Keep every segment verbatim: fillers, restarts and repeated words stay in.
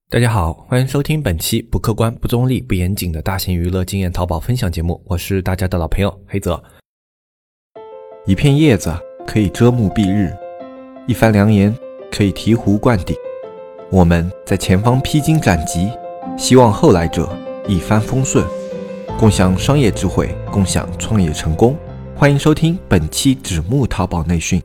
大家好，欢迎收听本期不客观、不中立、不严谨的大型娱乐经验淘宝分享节目，我是大家的老朋友黑泽。 一片叶子可以遮目蔽日，一番良言可以醍醐灌顶。我们在前方披荆斩棘，希望后来者一帆风顺，共享商业智慧，共享创业成功。欢迎收听本期纸木淘宝内训。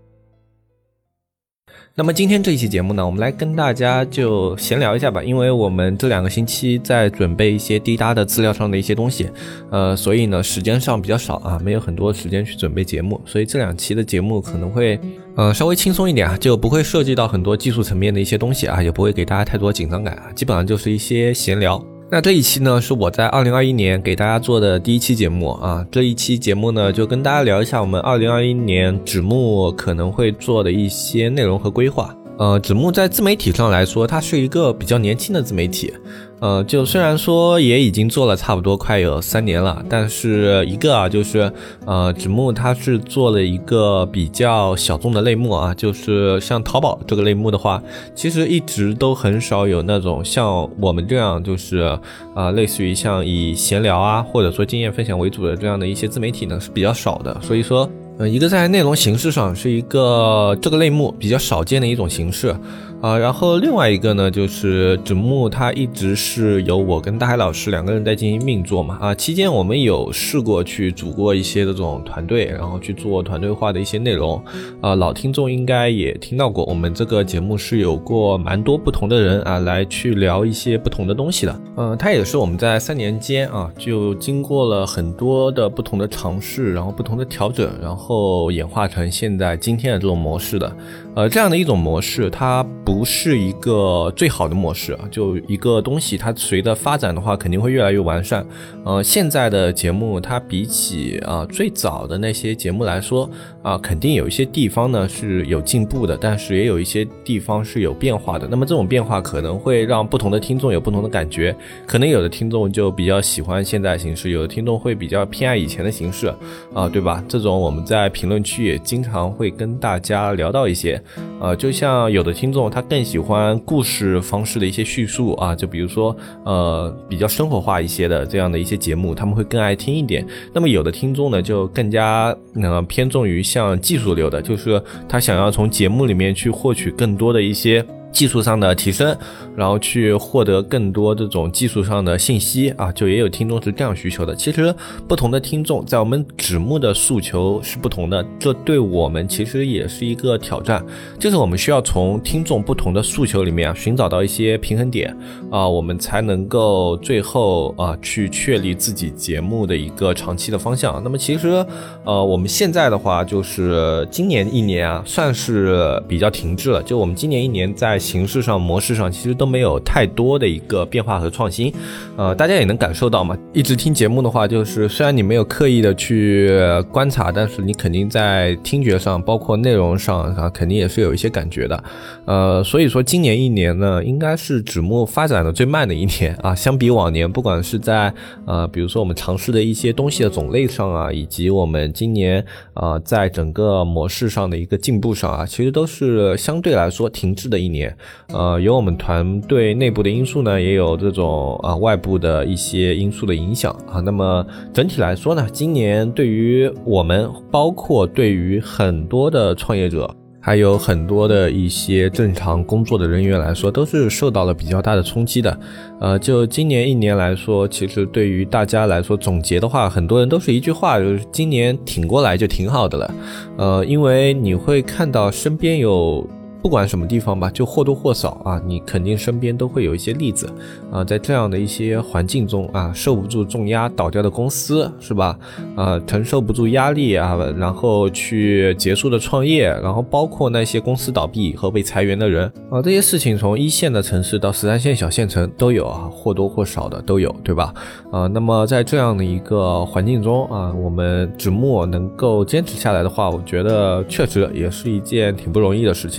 那么今天这一期节目呢，我们来跟大家就闲聊一下吧，因为我们这两个星期在准备一些滴答的资料上的一些东西，呃，所以呢时间上比较少啊，没有很多时间去准备节目，所以这两期的节目可能会呃稍微轻松一点啊，就不会涉及到很多技术层面的一些东西啊，也不会给大家太多紧张感啊，基本上就是一些闲聊。那这一期呢是我在二零二一年给大家做的第一期节目啊，这一期节目呢就跟大家聊一下我们二零二一年纸木可能会做的一些内容和规划。呃，纸木在自媒体上来说，它是一个比较年轻的自媒体。呃，就虽然说也已经做了差不多快有三年了，但是一个啊，就是呃，纸木它是做了一个比较小众的类目啊，就是像淘宝这个类目的话，其实一直都很少有那种像我们这样，就是呃，类似于像以闲聊啊，或者说经验分享为主的这样的一些自媒体呢，是比较少的，所以说。呃，一个在内容形式上是一个这个类目比较少见的一种形式啊、呃，然后另外一个呢，就是纸木它一直是由我跟大海老师两个人在进行运作嘛啊、呃，期间我们有试过去组过一些这种团队，然后去做团队化的一些内容啊、呃，老听众应该也听到过，我们这个节目是有过蛮多不同的人啊来去聊一些不同的东西的，嗯、呃，它也是我们在三年间啊就经过了很多的不同的尝试，然后不同的调整，然后后演化成现在今天的这种模式的，呃，这样的一种模式，它不是一个最好的模式，就一个东西，它随着发展的话，肯定会越来越完善。呃，现在的节目，它比起啊、呃、最早的那些节目来说，啊、呃，肯定有一些地方呢是有进步的，但是也有一些地方是有变化的。那么这种变化可能会让不同的听众有不同的感觉，可能有的听众就比较喜欢现在形式，有的听众会比较偏爱以前的形式，啊、呃，对吧？这种我们在在评论区也经常会跟大家聊到一些，呃，就像有的听众他更喜欢故事方式的一些叙述啊，就比如说呃比较生活化一些的这样的一些节目，他们会更爱听一点。那么有的听众呢就更加呃偏重于像技术流的，就是他想要从节目里面去获取更多的一些技术上的提升，然后去获得更多这种技术上的信息啊，就也有听众是这样需求的。其实不同的听众在我们纸木的诉求是不同的，这对我们其实也是一个挑战，就是我们需要从听众不同的诉求里面啊寻找到一些平衡点啊，我们才能够最后啊去确立自己节目的一个长期的方向。那么其实呃我们现在的话，就是今年一年啊算是比较停滞了，就我们今年一年在形式上模式上其实都没有太多的一个变化和创新，呃，大家也能感受到嘛，一直听节目的话，就是虽然你没有刻意的去观察，但是你肯定在听觉上包括内容上啊，肯定也是有一些感觉的，呃，所以说今年一年呢应该是纸木发展的最慢的一年啊，相比往年，不管是在呃比如说我们尝试的一些东西的种类上啊，以及我们今年呃在整个模式上的一个进步上啊，其实都是相对来说停滞的一年。呃，有我们团队内部的因素呢，也有这种啊、呃、外部的一些因素的影响啊。那么整体来说呢，今年对于我们，包括对于很多的创业者，还有很多的一些正常工作的人员来说，都是受到了比较大的冲击的。呃，就今年一年来说，其实对于大家来说总结的话，很多人都是一句话，就是今年挺过来就挺好的了。呃，因为你会看到身边有。不管什么地方吧，就或多或少啊，你肯定身边都会有一些例子啊，在这样的一些环境中啊，受不住重压倒掉的公司是吧？啊，承受不住压力啊，然后去结束的创业，然后包括那些公司倒闭和被裁员的人啊，这些事情从一线的城市到十三线小县城都有啊，或多或少的都有，对吧？啊，那么在这样的一个环境中啊，我们纸木能够坚持下来的话，我觉得确实也是一件挺不容易的事情。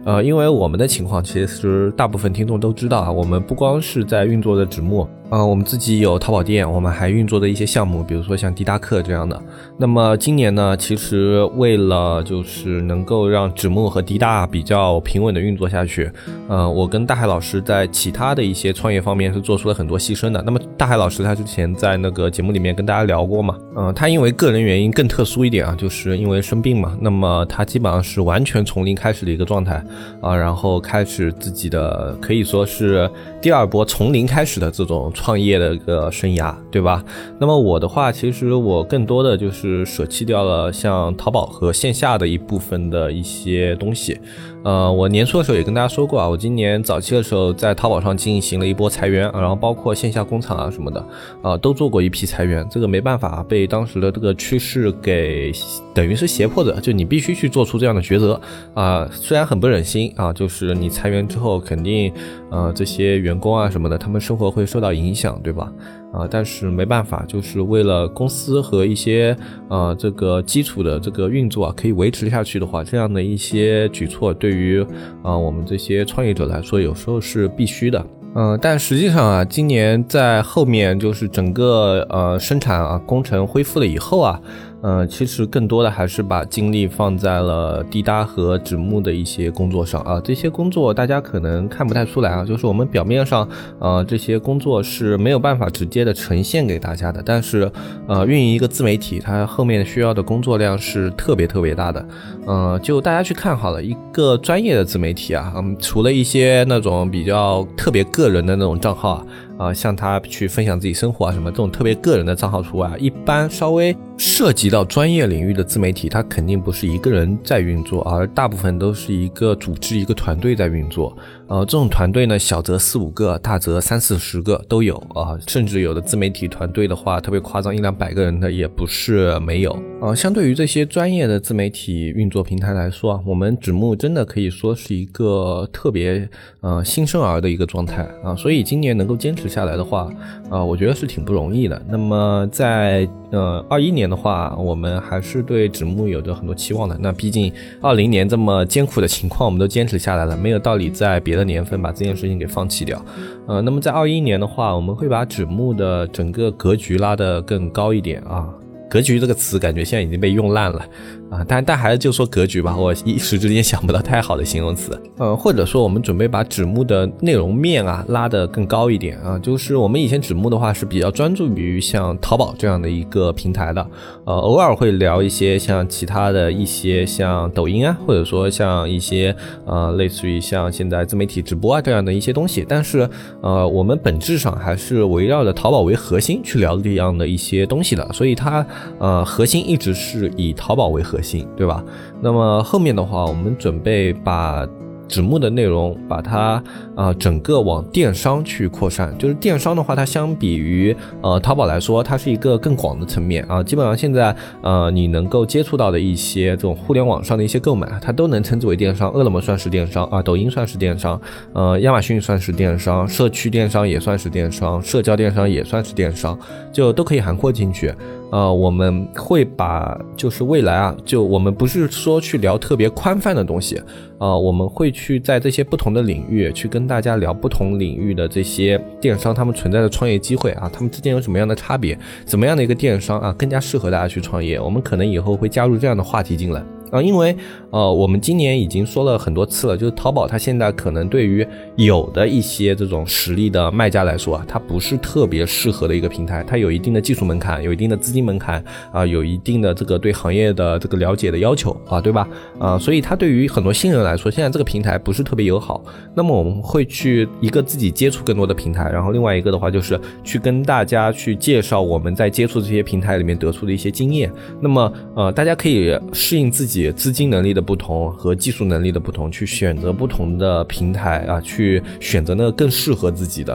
呃，因为我们的情况其实大部分听众都知道啊，我们不光是在运作的纸木，呃，我们自己有淘宝店，我们还运作的一些项目，比如说像滴答课这样的。那么今年呢，其实为了就是能够让纸木和滴答比较平稳的运作下去，呃，我跟大海老师在其他的一些创业方面是做出了很多牺牲的。那么大海老师他之前在那个节目里面跟大家聊过嘛，呃，他因为个人原因更特殊一点啊，就是因为生病嘛，那么他基本上是完全从零开始的一个状态啊，然后开始自己的可以说是第二波从零开始的这种创业的一个生涯，对吧？那么我的话，其实我更多的就是舍弃掉了像淘宝和线下的一部分的一些东西。呃，我年初的时候也跟大家说过啊，我今年早期的时候在淘宝上进行了一波裁员，然后包括线下工厂啊什么的，啊、呃，都做过一批裁员。这个没办法，被当时的这个趋势给等于是胁迫着，就你必须去做出这样的抉择啊、呃。虽然很不忍心啊，就是你裁员之后肯定呃这些员工啊什么的，他们生活会受到影响，对吧？啊，但是没办法，就是为了公司和一些呃这个基础的这个运作啊可以维持下去的话，这样的一些举措对于啊、呃、我们这些创业者来说，有时候是必须的。嗯、呃，但实际上啊，今年在后面就是整个呃生产啊工程恢复了以后啊。呃，其实更多的还是把精力放在了滴答和纸木的一些工作上啊。这些工作大家可能看不太出来啊，就是我们表面上呃这些工作是没有办法直接的呈现给大家的，但是呃运营一个自媒体，它后面需要的工作量是特别特别大的。呃，就大家去看好了，一个专业的自媒体啊，嗯，除了一些那种比较特别个人的那种账号啊。啊、呃，像他去分享自己生活啊什么这种特别个人的账号除外，一般稍微涉及到专业领域的自媒体，它肯定不是一个人在运作，而大部分都是一个组织一个团队在运作。呃，这种团队呢，小则四五个，大则三四十个都有啊、呃，甚至有的自媒体团队的话，特别夸张，一两百个人的也不是没有。呃，相对于这些专业的自媒体运作平台来说啊，我们纸木真的可以说是一个特别呃新生儿的一个状态啊，所以今年能够坚持下来的话，啊、呃，我觉得是挺不容易的。那么在呃二一年的话，我们还是对纸木有着很多期望的。那毕竟二零年这么艰苦的情况，我们都坚持下来了，没有道理在别的年份把这件事情给放弃掉。呃，那么在二一年的话，我们会把纸木的整个格局拉得更高一点啊。格局这个词感觉现在已经被用烂了啊，但但还是就说格局吧，我一时之间想不到太好的形容词。呃，或者说我们准备把纸木的内容面啊拉得更高一点啊，就是我们以前纸木的话是比较专注于像淘宝这样的一个平台的，呃，偶尔会聊一些像其他的一些像抖音啊，或者说像一些呃类似于像现在自媒体直播啊这样的一些东西，但是呃我们本质上还是围绕着淘宝为核心去聊这样的一些东西的，所以它呃核心一直是以淘宝为核心，对吧？那么后面的话，我们准备把纸木的内容把它啊、呃、整个往电商去扩散，就是电商的话，它相比于呃淘宝来说，它是一个更广的层面啊。基本上现在呃你能够接触到的一些这种互联网上的一些购买，它都能称之为电商。饿了么算是电商啊，抖音算是电商，呃亚马逊算是电商，社区电商也算是电商，社交电商也算是电商，就都可以涵括进去。呃，我们会把就是未来啊，就我们不是说去聊特别宽泛的东西，呃，我们会去在这些不同的领域去跟大家聊不同领域的这些电商他们存在的创业机会啊，他们之间有什么样的差别，怎么样的一个电商啊更加适合大家去创业，我们可能以后会加入这样的话题进来。啊，因为呃，我们今年已经说了很多次了，就是淘宝它现在可能对于有的一些这种实力的卖家来说啊，它不是特别适合的一个平台，它有一定的技术门槛，有一定的资金门槛啊，有一定的这个对行业的这个了解的要求啊，对吧？啊，所以它对于很多新人来说，现在这个平台不是特别友好。那么我们会去一个自己接触更多的平台，然后另外一个的话就是去跟大家去介绍我们在接触这些平台里面得出的一些经验。那么呃，大家可以适应自己资金能力的不同和技术能力的不同，去选择不同的平台啊，去选择那个更适合自己的。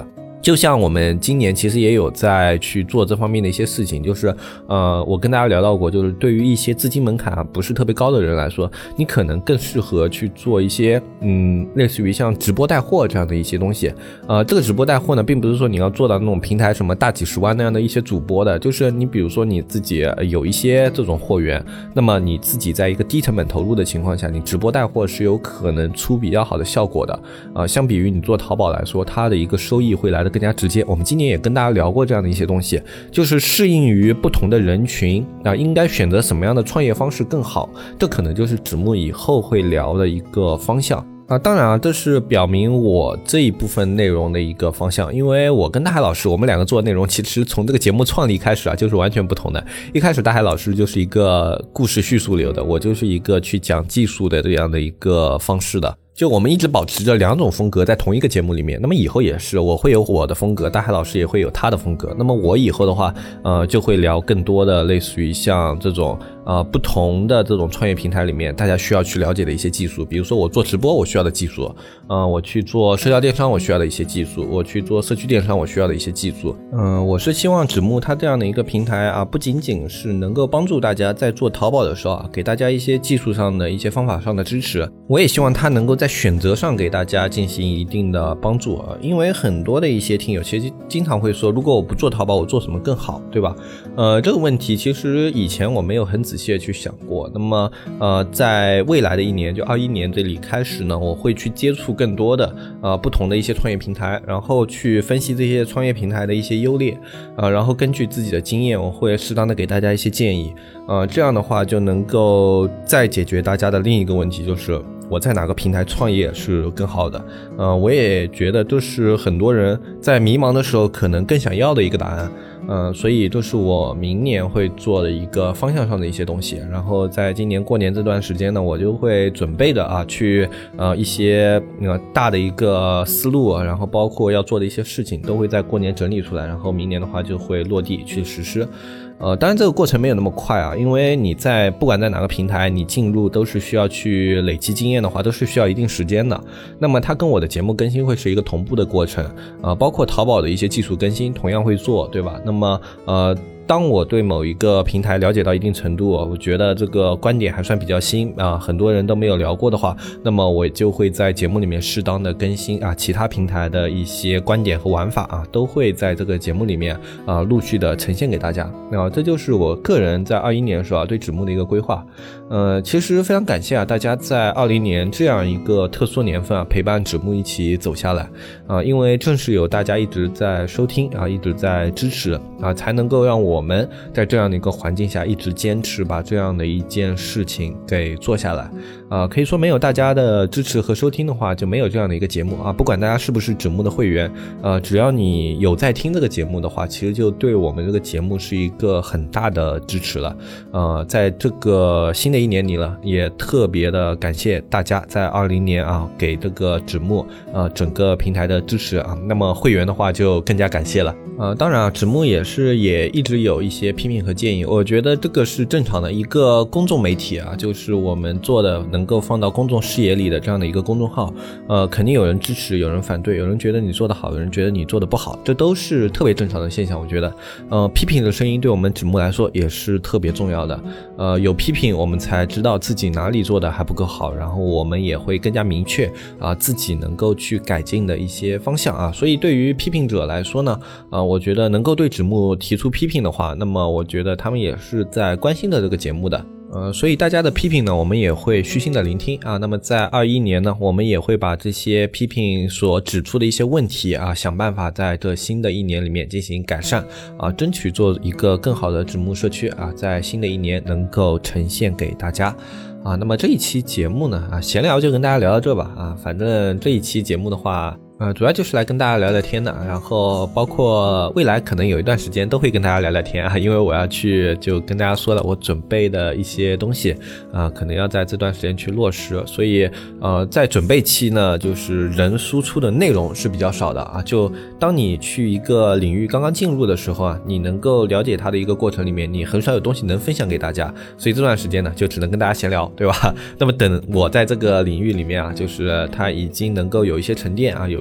就像我们今年其实也有在去做这方面的一些事情，就是呃，我跟大家聊到过，就是对于一些资金门槛啊不是特别高的人来说，你可能更适合去做一些嗯，类似于像直播带货这样的一些东西。呃，这个直播带货呢，并不是说你要做到那种平台什么大几十万那样的一些主播的，就是你比如说你自己有一些这种货源，那么你自己在一个低成本投入的情况下，你直播带货是有可能出比较好的效果的。呃，相比于你做淘宝来说，它的一个收益会来得更加直接。我们今年也跟大家聊过这样的一些东西，就是适应于不同的人群啊、呃，应该选择什么样的创业方式更好，这可能就是子木以后会聊的一个方向。啊，当然啊，这是表明我这一部分内容的一个方向，因为我跟大海老师，我们两个做的内容其实从这个节目创立开始啊，就是完全不同的。一开始大海老师就是一个故事叙述流的，我就是一个去讲技术的这样的一个方式的。就我们一直保持着两种风格在同一个节目里面，那么以后也是，我会有我的风格，大海老师也会有他的风格。那么我以后的话，呃，就会聊更多的类似于像这种呃不同的这种创业平台里面大家需要去了解的一些技术，比如说我做直播我需要的技术，呃，我去做社交电商我需要的一些技术，我去做社区电商我需要的一些技术。嗯、呃，我是希望子木它这样的一个平台啊，不仅仅是能够帮助大家在做淘宝的时候啊，给大家一些技术上的一些方法上的支持，我也希望它能够在选择上给大家进行一定的帮助啊，因为很多的一些听友其实经常会说，如果我不做淘宝我做什么更好，对吧？呃，这个问题其实以前我没有很仔细的去想过。那么呃，在未来的一年就二一年这里开始呢，我会去接触更多的呃不同的一些创业平台，然后去分析这些创业平台的一些优劣，呃，然后根据自己的经验，我会适当的给大家一些建议，呃，这样的话就能够再解决大家的另一个问题，就是我在哪个平台创业是更好的。呃，我也觉得这是很多人在迷茫的时候可能更想要的一个答案。呃，所以这是我明年会做的一个方向上的一些东西。然后在今年过年这段时间呢，我就会准备的啊，去呃一些呃大的一个思路啊，然后包括要做的一些事情，都会在过年整理出来，然后明年的话就会落地去实施。呃，当然这个过程没有那么快啊，因为你在不管在哪个平台，你进入都是需要去累积经验的话，都是需要一定时间的。那么它跟我的节目更新会是一个同步的过程，呃，包括淘宝的一些技术更新同样会做，对吧？那么呃。当我对某一个平台了解到一定程度，我觉得这个观点还算比较新啊，很多人都没有聊过的话，那么我就会在节目里面适当的更新啊，其他平台的一些观点和玩法啊，都会在这个节目里面啊陆续的呈现给大家。那这就是我个人在二一年的时候啊对子木的一个规划。呃，其实非常感谢啊大家在二零年这样一个特殊年份啊陪伴子木一起走下来啊，因为正是有大家一直在收听啊，一直在支持啊，才能够让我我们在这样的一个环境下一直坚持把这样的一件事情给做下来。呃，可以说没有大家的支持和收听的话，就没有这样的一个节目啊。不管大家是不是子木的会员，呃，只要你有在听这个节目的话，其实就对我们这个节目是一个很大的支持了。呃，在这个新的一年里了，也特别的感谢大家在二零年啊给这个子木呃整个平台的支持啊。那么会员的话就更加感谢了。呃，当然啊，子木也是也一直有一些批评和建议，我觉得这个是正常的。一个公众媒体啊，就是我们做的能够放到公众视野里的这样的一个公众号，呃，肯定有人支持，有人反对，有人觉得你做的好，有人觉得你做的不好，这都是特别正常的现象。我觉得，呃，批评的声音对我们子木来说也是特别重要的。呃，有批评，我们才知道自己哪里做的还不够好，然后我们也会更加明确啊、呃、自己能够去改进的一些方向啊。所以对于批评者来说呢，啊、呃，我觉得能够对子木提出批评的话，那么我觉得他们也是在关心的这个节目的。呃，所以大家的批评呢，我们也会虚心的聆听啊。那么在二一年呢，我们也会把这些批评所指出的一些问题啊，想办法在这新的一年里面进行改善啊，争取做一个更好的子木社区啊，在新的一年能够呈现给大家。啊，那么这一期节目呢，啊，闲聊就跟大家聊到这吧。啊，反正这一期节目的话，呃，主要就是来跟大家聊聊天的，然后包括未来可能有一段时间都会跟大家聊聊天啊，因为我要去就跟大家说了，我准备的一些东西啊，可能要在这段时间去落实，所以呃，在准备期呢，就是人输出的内容是比较少的啊。就当你去一个领域刚刚进入的时候啊，你能够了解它的一个过程里面，你很少有东西能分享给大家，所以这段时间呢，就只能跟大家闲聊，对吧？那么等我在这个领域里面啊，就是它已经能够有一些沉淀啊，有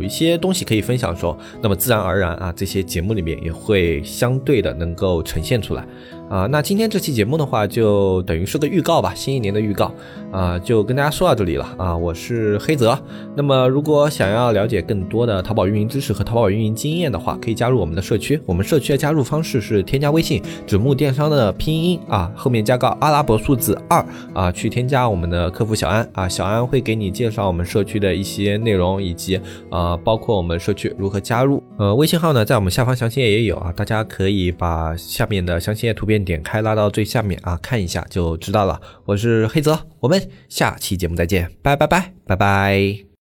一些东西可以分享的时候，那么自然而然啊，这些节目里面也会相对的能够呈现出来。啊，那今天这期节目的话，就等于是个预告吧，新一年的预告啊，就跟大家说到这里了啊。我是黑泽，那么如果想要了解更多的淘宝运营知识和淘宝运营经验的话，可以加入我们的社区。我们社区的加入方式是添加微信指木电商的拼音啊，后面加个阿拉伯数字二啊，去添加我们的客服小安啊，小安会给你介绍我们社区的一些内容，以及啊，包括我们社区如何加入。呃，微信号呢，在我们下方详情页也有啊，大家可以把下面的详情页图片点开拉到最下面啊，看一下就知道了。我是黑泽，我们下期节目再见，拜拜拜拜拜。